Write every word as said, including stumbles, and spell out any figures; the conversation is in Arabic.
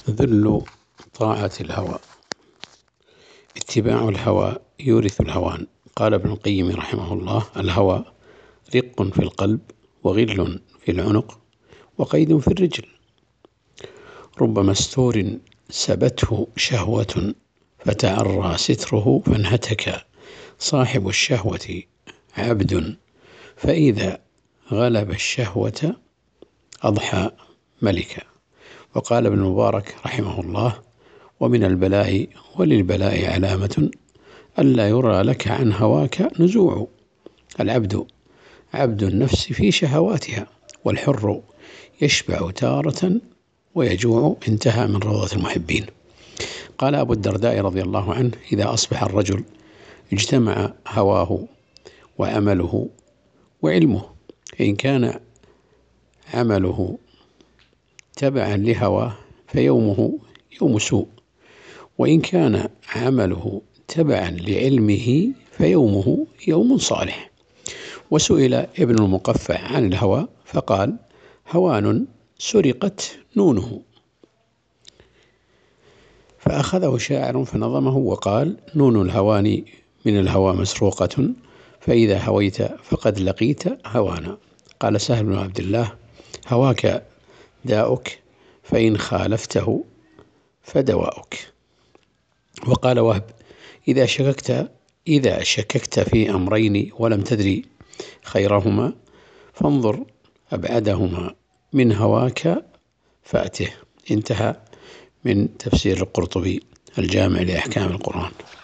ذل طاعة الهوى. اتباع الهوى يورث الهوان. قال ابن القيم رحمه الله: الهوى رق في القلب، وغل في العنق، وقيد في الرجل. رب مستور سبته شهوة، فتعرى ستره فانهتك. صاحب الشهوة عبد، فإذا غلب الشهوة أضحى ملكا. وقال ابن المبارك رحمه الله: ومن البلاء وللبلاء علامة، ألا يرى لك عن هواك نزوع. العبد عبد النفس في شهواتها، والحر يشبع تارة ويجوع. انتهى من روضة المحبين. قال أبو الدرداء رضي الله عنه: إذا أصبح الرجل اجتمع هواه وأمله وعلمه، إن كان عمله تبعا لهواه فيومه يوم سوء، وإن كان عمله تبعا لعلمه فيومه يوم صالح. وسئل ابن المقفع عن الهوى فقال: هوان سرقت نونه. فأخذه شاعر فنظمه وقال: نون الهوان من الهوى مسروقة، فإذا هويت فقد لقيت هوانا. قال سهل بن عبد الله: هواك داؤك، فإن خالفته فدواؤك. وقال وهب: إذا شككت إذا شككت في أمرين ولم تدري خيرهما، فانظر أبعدهما من هواك فأته. انتهى من تفسير القرطبي الجامع لأحكام القرآن.